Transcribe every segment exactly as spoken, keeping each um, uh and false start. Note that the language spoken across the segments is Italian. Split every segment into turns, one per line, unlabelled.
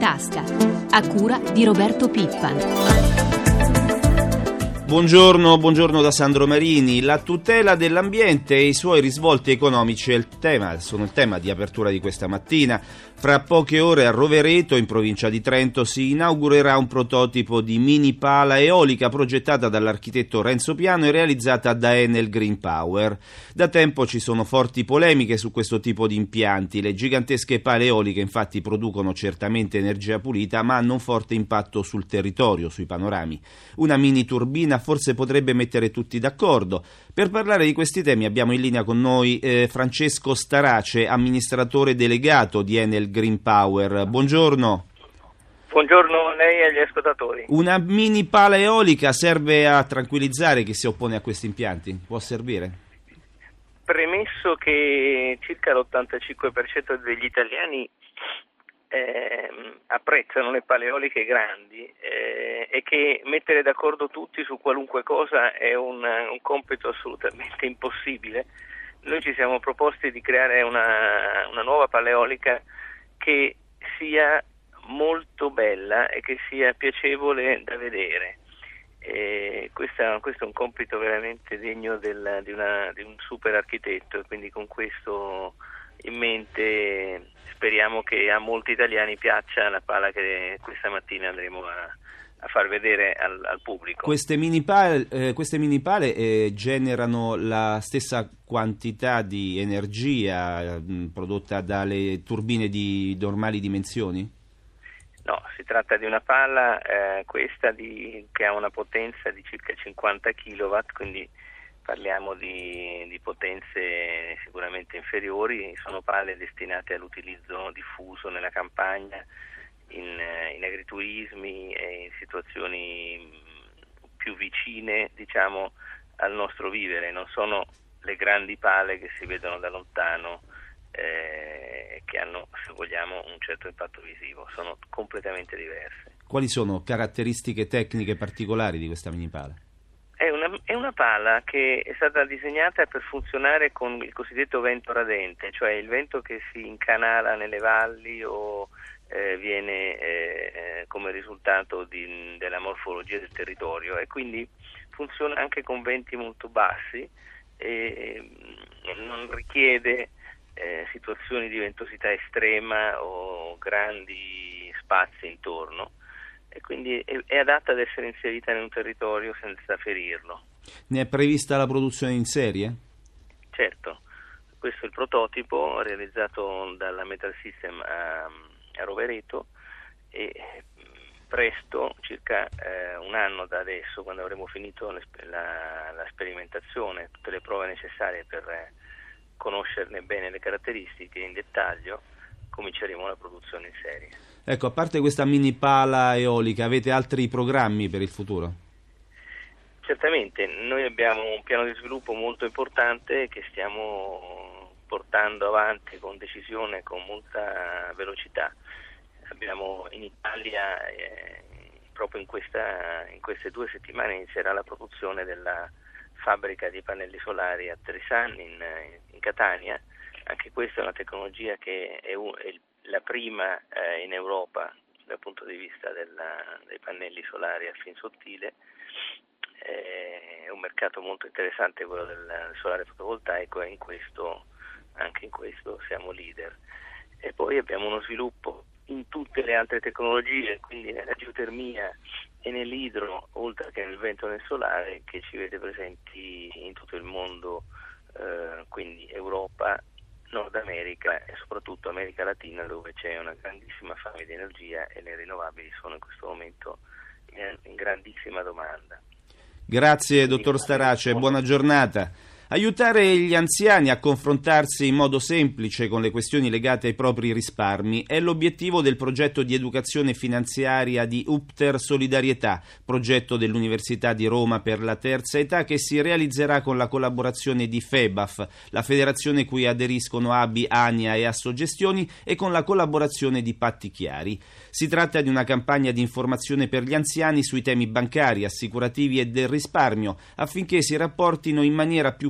tasca, a cura di Roberto Pippan.
Buongiorno, buongiorno da Sandro Marini. La tutela dell'ambiente e i suoi risvolti economici è il tema, sono il tema di apertura di questa mattina. Fra poche ore a Rovereto, in provincia di Trento, si inaugurerà un prototipo di mini pala eolica progettata dall'architetto Renzo Piano e realizzata da Enel Green Power. Da tempo ci sono forti polemiche su questo tipo di impianti. Le gigantesche pale eoliche infatti producono certamente energia pulita, ma hanno un forte impatto sul territorio, sui panorami. Una mini turbina forse potrebbe mettere tutti d'accordo. Per parlare di questi temi abbiamo in linea con noi eh, Francesco Starace, amministratore delegato di Enel Green Power. Buongiorno.
Buongiorno a lei e agli ascoltatori.
Una mini pala eolica serve a tranquillizzare chi si oppone a questi impianti? Può servire?
Premesso che circa l'ottantacinque per cento degli italiani eh, apprezzano le pale eoliche grandi eh, e che mettere d'accordo tutti su qualunque cosa è un, un compito assolutamente impossibile, noi ci siamo proposti di creare una, una nuova pala eolica che sia molto bella e che sia piacevole da vedere. E questa, questo è un compito veramente degno del, di, una, di un super architetto, e quindi con questo in mente speriamo che a molti italiani piaccia la pala che questa mattina andremo a, a far vedere al, al pubblico.
Queste mini pale, eh, queste mini pale eh, generano la stessa quantità di energia mh, prodotta dalle turbine di normali dimensioni?
No, si tratta di una pala eh, questa di, che ha una potenza di circa cinquanta chilowatt, quindi parliamo di, di potenze sicuramente inferiori. Sono pale destinate all'utilizzo diffuso nella campagna, in, in agriturismi e in situazioni più vicine, diciamo, al nostro vivere. Non sono le grandi pale che si vedono da lontano eh, che hanno, se vogliamo, un certo impatto visivo, sono completamente diverse.
Quali sono caratteristiche tecniche particolari di questa mini pala?
È una, è una pala che è stata disegnata per funzionare con il cosiddetto vento radente, cioè il vento che si incanala nelle valli o eh, viene eh, come risultato di, della morfologia del territorio, e quindi funziona anche con venti molto bassi e non richiede eh, situazioni di ventosità estrema o grandi spazi intorno. E quindi è, è adatta ad essere inserita in un territorio senza ferirlo.
Ne è prevista la produzione in serie?
Certo, questo è il prototipo realizzato dalla Metal System a, a Rovereto, e presto, circa eh, un anno da adesso, quando avremo finito la, la sperimentazione, tutte le prove necessarie per eh, conoscerne bene le caratteristiche in dettaglio, cominceremo la produzione in serie.
Ecco, a parte questa mini pala eolica, avete altri programmi per il futuro?
Certamente, noi abbiamo un piano di sviluppo molto importante che stiamo portando avanti con decisione, con molta velocità. Abbiamo in Italia, eh, proprio in, questa, in queste due settimane, inizierà la produzione della fabbrica di pannelli solari a Trevisan in, in Catania. Anche questa è una tecnologia che è, un, è la prima eh, in Europa dal punto di vista della, dei pannelli solari a fin sottile. Eh, è un mercato molto interessante quello del solare fotovoltaico, e in questo, anche in questo siamo leader. E poi abbiamo uno sviluppo in tutte le altre tecnologie, quindi nella geotermia e nell'idro, oltre che nel vento e nel solare, che ci vede presenti in tutto il mondo, eh, quindi Europa, Nord America e soprattutto America Latina, dove c'è una grandissima fame di energia e le rinnovabili sono in questo momento in, in grandissima domanda.
Grazie dottor Starace, buona giornata. Aiutare gli anziani a confrontarsi in modo semplice con le questioni legate ai propri risparmi è l'obiettivo del progetto di educazione finanziaria di Upter Solidarietà, progetto dell'Università di Roma per la terza età, che si realizzerà con la collaborazione di FEBAF, la federazione cui aderiscono A B I, ANIA e Assogestioni, e con la collaborazione di Patti Chiari. Si tratta di una campagna di informazione per gli anziani sui temi bancari, assicurativi e del risparmio, affinché si rapportino in maniera più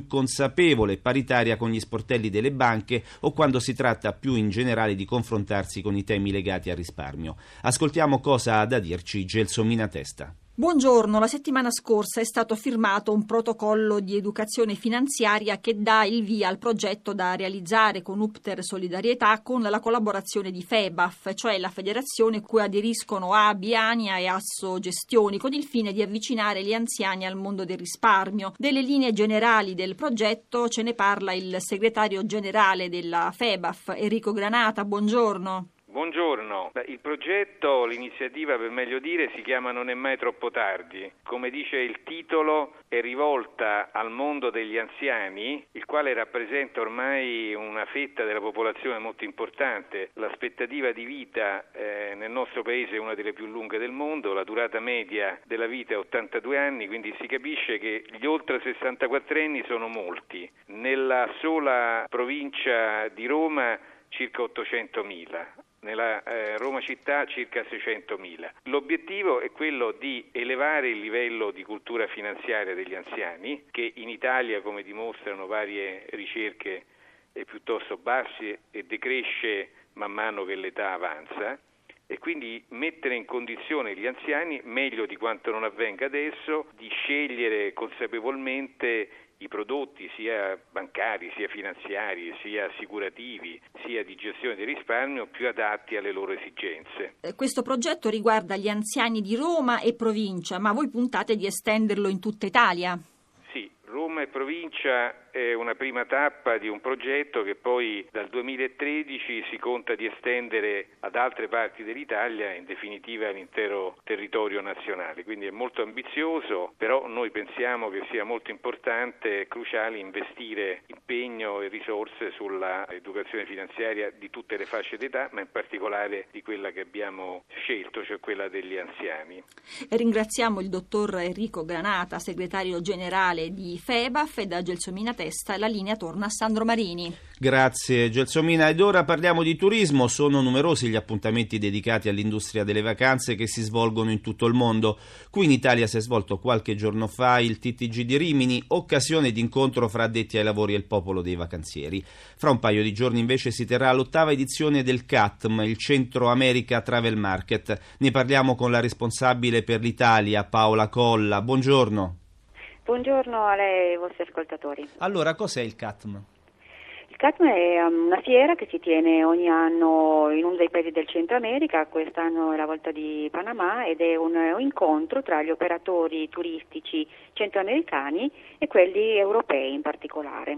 consapevole e paritaria con gli sportelli delle banche o quando si tratta più in generale di confrontarsi con i temi legati al risparmio. Ascoltiamo cosa ha da dirci Gelsomina Testa.
Buongiorno, la settimana scorsa è stato firmato un protocollo di educazione finanziaria che dà il via al progetto da realizzare con Upter Solidarietà con la collaborazione di FEBAF, cioè la federazione cui aderiscono A B I, ANIA e Asso Gestioni, con il fine di avvicinare gli anziani al mondo del risparmio. Delle linee generali del progetto ce ne parla il segretario generale della FEBAF, Enrico Granata. Buongiorno.
Buongiorno, il progetto, l'iniziativa per meglio dire, si chiama Non è mai troppo tardi. Come dice il titolo, è rivolta al mondo degli anziani, il quale rappresenta ormai una fetta della popolazione molto importante. L'aspettativa di vita eh, nel nostro paese è una delle più lunghe del mondo, la durata media della vita è ottantadue anni, quindi si capisce che gli oltre sessantaquattrenni sono molti. Nella sola provincia di Roma circa ottocentomila. Nella eh, Roma città circa seicentomila. L'obiettivo è quello di elevare il livello di cultura finanziaria degli anziani, che in Italia, come dimostrano varie ricerche, è piuttosto basso e decresce man mano che l'età avanza, e quindi mettere in condizione gli anziani, meglio di quanto non avvenga adesso, di scegliere consapevolmente i prodotti sia bancari, sia finanziari, sia assicurativi, sia di gestione del risparmio più adatti alle loro esigenze.
Questo progetto riguarda gli anziani di Roma e provincia, ma voi puntate di estenderlo in tutta Italia?
Sì, Roma e provincia è una prima tappa di un progetto che poi dal duemilatredici si conta di estendere ad altre parti dell'Italia, in definitiva all'intero territorio nazionale. Quindi è molto ambizioso, però noi pensiamo che sia molto importante e cruciale investire impegno e risorse sulla educazione finanziaria di tutte le fasce d'età, ma in particolare di quella che abbiamo scelto, cioè quella degli anziani.
E ringraziamo il dottor Enrico Granata, segretario generale di FEBAF, e da Gelsomina Testa la linea torna a Sandro Marini.
Grazie Gelsomina. Ed ora parliamo di turismo. Sono numerosi gli appuntamenti dedicati all'industria delle vacanze che si svolgono in tutto il mondo. Qui in Italia si è svolto qualche giorno fa il T T G di Rimini, occasione di incontro fra addetti ai lavori e il popolo dei vacanzieri. Fra un paio di giorni invece si terrà l'ottava edizione del C A T M, il Centro America Travel Market. Ne parliamo con la responsabile per l'Italia, Paola Colla. Buongiorno.
Buongiorno a lei e ai vostri ascoltatori.
Allora, cos'è il C A T M?
Il C A T M è una fiera che si tiene ogni anno in uno dei paesi del Centro America, quest'anno è la volta di Panama, ed è un, un incontro tra gli operatori turistici centroamericani e quelli europei in particolare.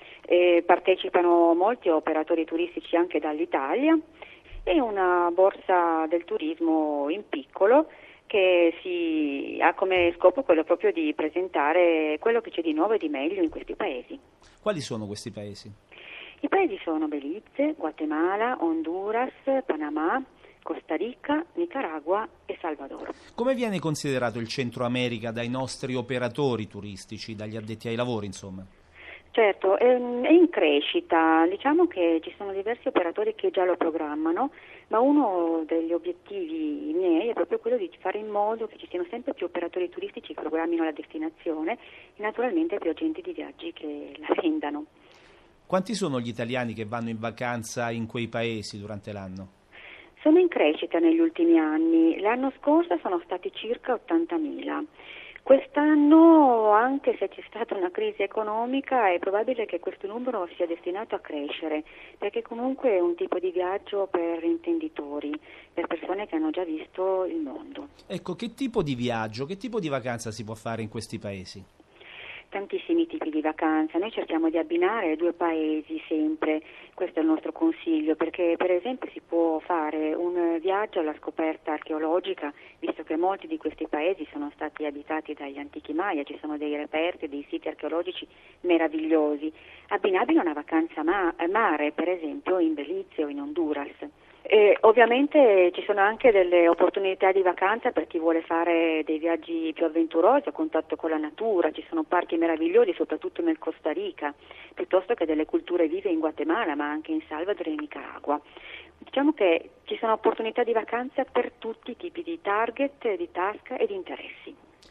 E partecipano molti operatori turistici anche dall'Italia e una borsa del turismo in piccolo che si ha come scopo quello proprio di presentare quello che c'è di nuovo e di meglio in questi paesi.
Quali sono questi paesi?
I paesi sono Belize, Guatemala, Honduras, Panama, Costa Rica, Nicaragua e Salvador.
Come viene considerato il Centro America dai nostri operatori turistici, dagli addetti ai lavori, insomma?
Certo, è in crescita, diciamo che ci sono diversi operatori che già lo programmano, ma uno degli obiettivi miei è proprio quello di fare in modo che ci siano sempre più operatori turistici che programmino la destinazione e naturalmente più agenti di viaggi che la vendano.
Quanti sono gli italiani che vanno in vacanza in quei paesi durante l'anno?
Sono in crescita negli ultimi anni, l'anno scorso sono stati circa ottantamila. Quest'anno, anche se c'è stata una crisi economica, è probabile che questo numero sia destinato a crescere, perché comunque è un tipo di viaggio per intenditori, per persone che hanno già visto il mondo.
Ecco, che tipo di viaggio, che tipo di vacanza si può fare in questi paesi?
Tantissimi tipi di vacanza, noi cerchiamo di abbinare due paesi sempre, questo è il nostro consiglio, perché per esempio si può fare un viaggio alla scoperta archeologica, visto che molti di questi paesi sono stati abitati dagli antichi Maya, ci sono dei reperti, dei siti archeologici meravigliosi, abbinabile a una vacanza ma- mare, per esempio in Belize o in Honduras. E ovviamente ci sono anche delle opportunità di vacanza per chi vuole fare dei viaggi più avventurosi a contatto con la natura, ci sono parchi meravigliosi soprattutto nel Costa Rica, piuttosto che delle culture vive in Guatemala ma anche in Salvador e in Nicaragua. Diciamo che ci sono opportunità di vacanza per tutti i tipi di target, di tasca e di interessi.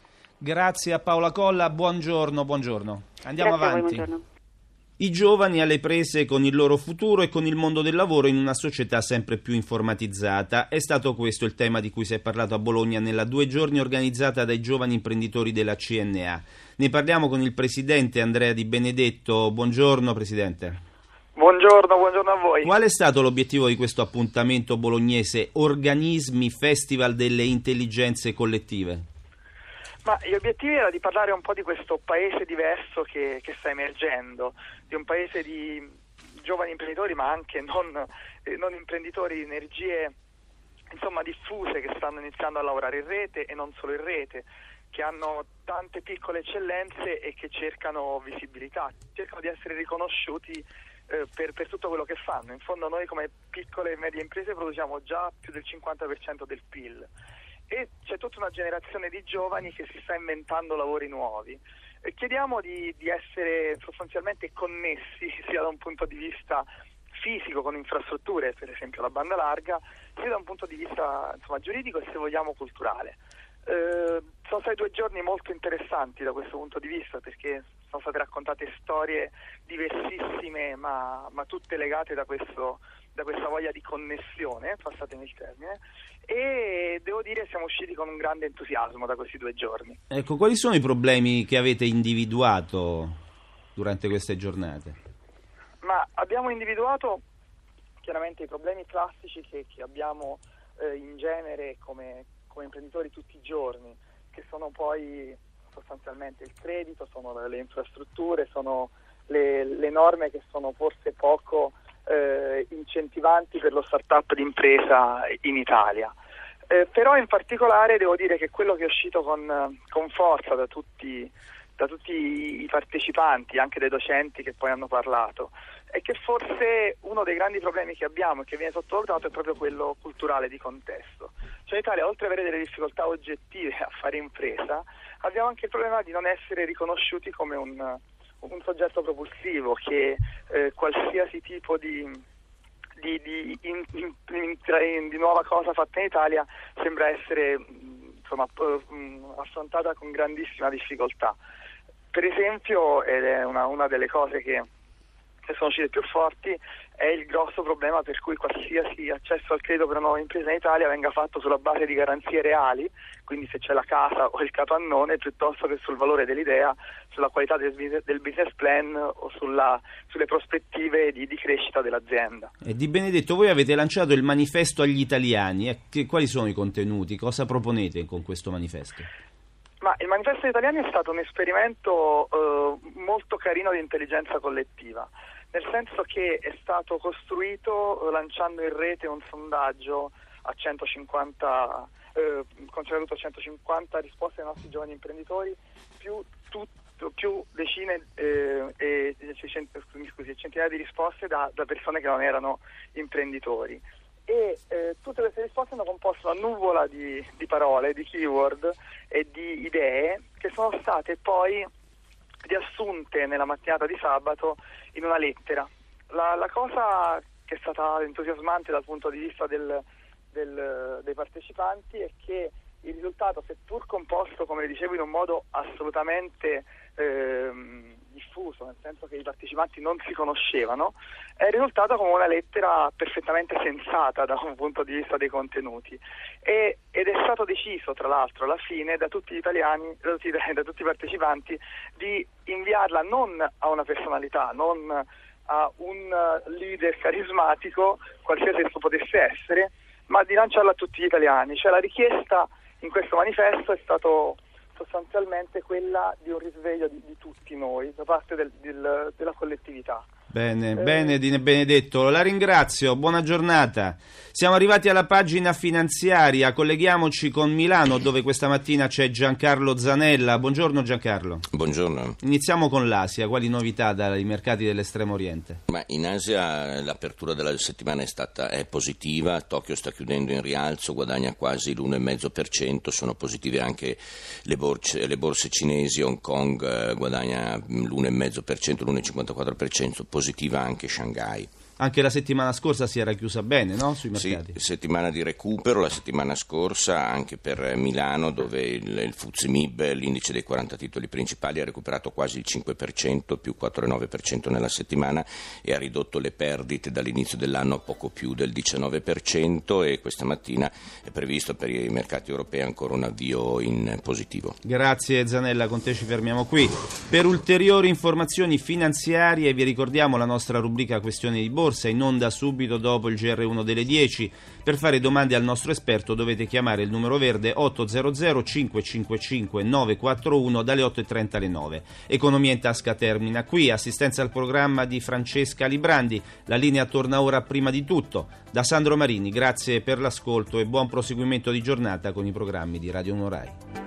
Grazie a Paola Colla, buongiorno, buongiorno. Andiamo
Grazie
avanti.
A voi, buongiorno.
I giovani alle prese con il loro futuro e con il mondo del lavoro in una società sempre più informatizzata. È stato questo il tema di cui si è parlato a Bologna nella due giorni organizzata dai giovani imprenditori della C N A. Ne parliamo con il presidente Andrea Di Benedetto. Buongiorno Presidente.
Buongiorno, buongiorno a voi.
Qual è stato l'obiettivo di questo appuntamento bolognese Organismi Festival delle Intelligenze Collettive?
Ma gli obiettivi era di parlare un po' di questo paese diverso che, che sta emergendo, di un paese di giovani imprenditori ma anche non, eh, non imprenditori, energie insomma diffuse che stanno iniziando a lavorare in rete e non solo in rete, che hanno tante piccole eccellenze e che cercano visibilità, cercano di essere riconosciuti eh, per, per tutto quello che fanno. In fondo noi come piccole e medie imprese produciamo già più del cinquanta per cento del P I L. E c'è tutta una generazione di giovani che si sta inventando lavori nuovi. E chiediamo di, di essere sostanzialmente connessi sia da un punto di vista fisico con infrastrutture, per esempio la banda larga, sia da un punto di vista insomma, giuridico e se vogliamo culturale. Eh, sono stati due giorni molto interessanti da questo punto di vista perché sono state raccontate storie diversissime ma, ma tutte legate da questo da questa voglia di connessione, passatemi il termine, e devo dire siamo usciti con un grande entusiasmo da questi due giorni.
Ecco, quali sono i problemi che avete individuato durante queste giornate?
Ma abbiamo individuato chiaramente i problemi classici che, che abbiamo eh, in genere come, come imprenditori tutti i giorni, che sono poi sostanzialmente il credito, sono le infrastrutture, sono le, le norme che sono forse poco Eh, incentivanti per lo start-up di impresa in Italia. Eh, però in particolare devo dire che quello che è uscito con, con forza da tutti, da tutti i partecipanti, anche dai docenti che poi hanno parlato, è che forse uno dei grandi problemi che abbiamo e che viene sottovalutato è proprio quello culturale di contesto. Cioè in Italia, oltre ad avere delle difficoltà oggettive a fare impresa, abbiamo anche il problema di non essere riconosciuti come un un soggetto propulsivo che eh, qualsiasi tipo di, di, di, in, in, in, di nuova cosa fatta in Italia sembra essere insomma, affrontata con grandissima difficoltà. Per esempio, ed è una, una delle cose che, che sono uscite più forti, è il grosso problema per cui qualsiasi accesso al credito per una nuova impresa in Italia venga fatto sulla base di garanzie reali, quindi se c'è la casa o il capannone, piuttosto che sul valore dell'idea, sulla qualità del, del business plan o sulla, sulle prospettive di, di crescita dell'azienda.
E Di Benedetto, voi avete lanciato il manifesto agli italiani, eh, che, quali sono i contenuti? Cosa proponete con questo manifesto?
Ma il manifesto agli italiani è stato un esperimento eh, molto carino di intelligenza collettiva, nel senso che è stato costruito lanciando in rete un sondaggio a centocinquanta, eh, conceduto a centocinquanta risposte ai nostri giovani imprenditori, più, tutto, più decine eh, e scusi, centinaia di risposte da, da persone che non erano imprenditori. E eh, tutte queste risposte hanno composto una nuvola di, di parole, di keyword e di idee che sono state poi riassunte nella mattinata di sabato in una lettera. La, la cosa che è stata entusiasmante dal punto di vista del, del, dei partecipanti è che il risultato, seppur composto, come dicevo, in un modo assolutamente ehm, diffuso, nel senso che i partecipanti non si conoscevano, è risultato come una lettera perfettamente sensata da un punto di vista dei contenuti e, ed è stato deciso tra l'altro alla fine da tutti gli italiani, da tutti, da tutti i partecipanti, di inviarla non a una personalità, non a un leader carismatico, qualsiasi esso potesse essere, ma di lanciarla a tutti gli italiani. Cioè la richiesta in questo manifesto è stato sostanzialmente quella di un risveglio di, di tutti noi, da parte del, del, della collettività.
Bene,
eh,
bene Di Benedetto, la ringrazio, buona giornata. Siamo arrivati alla pagina finanziaria, colleghiamoci con Milano dove questa mattina c'è Giancarlo Zanella. Buongiorno Giancarlo.
Buongiorno.
Iniziamo con l'Asia, quali novità dai mercati dell'estremo oriente?
Ma in Asia l'apertura della settimana è stata è positiva, Tokyo sta chiudendo in rialzo, guadagna quasi l'uno virgola cinque per cento, sono positive anche le borse, le borse cinesi, Hong Kong eh, guadagna l'uno virgola cinque per cento, l'uno virgola cinquantaquattro per cento, positiva anche Shanghai.
Anche la settimana scorsa si era chiusa bene, no? Sui mercati.
Sì, settimana di recupero la settimana scorsa anche per Milano, dove il, il F T S E M I B, l'indice dei quaranta titoli principali, ha recuperato quasi il cinque per cento, più quattro virgola nove per cento nella settimana, e ha ridotto le perdite dall'inizio dell'anno a poco più del diciannove per cento, e questa mattina è previsto per i mercati europei ancora un avvio in positivo.
Grazie Zanella, con te ci fermiamo qui. Per ulteriori informazioni finanziarie vi ricordiamo la nostra rubrica Questioni di Borsa, in onda subito dopo il G R uno delle dieci. Per fare domande al nostro esperto dovete chiamare il numero verde otto zero zero cinque cinque cinque nove quattro uno dalle otto e trenta alle nove. Economia in tasca termina qui, assistenza al programma di Francesca Librandi, la linea torna ora prima di tutto. Da Sandro Marini, grazie per l'ascolto e buon proseguimento di giornata con i programmi di Radio uno Rai.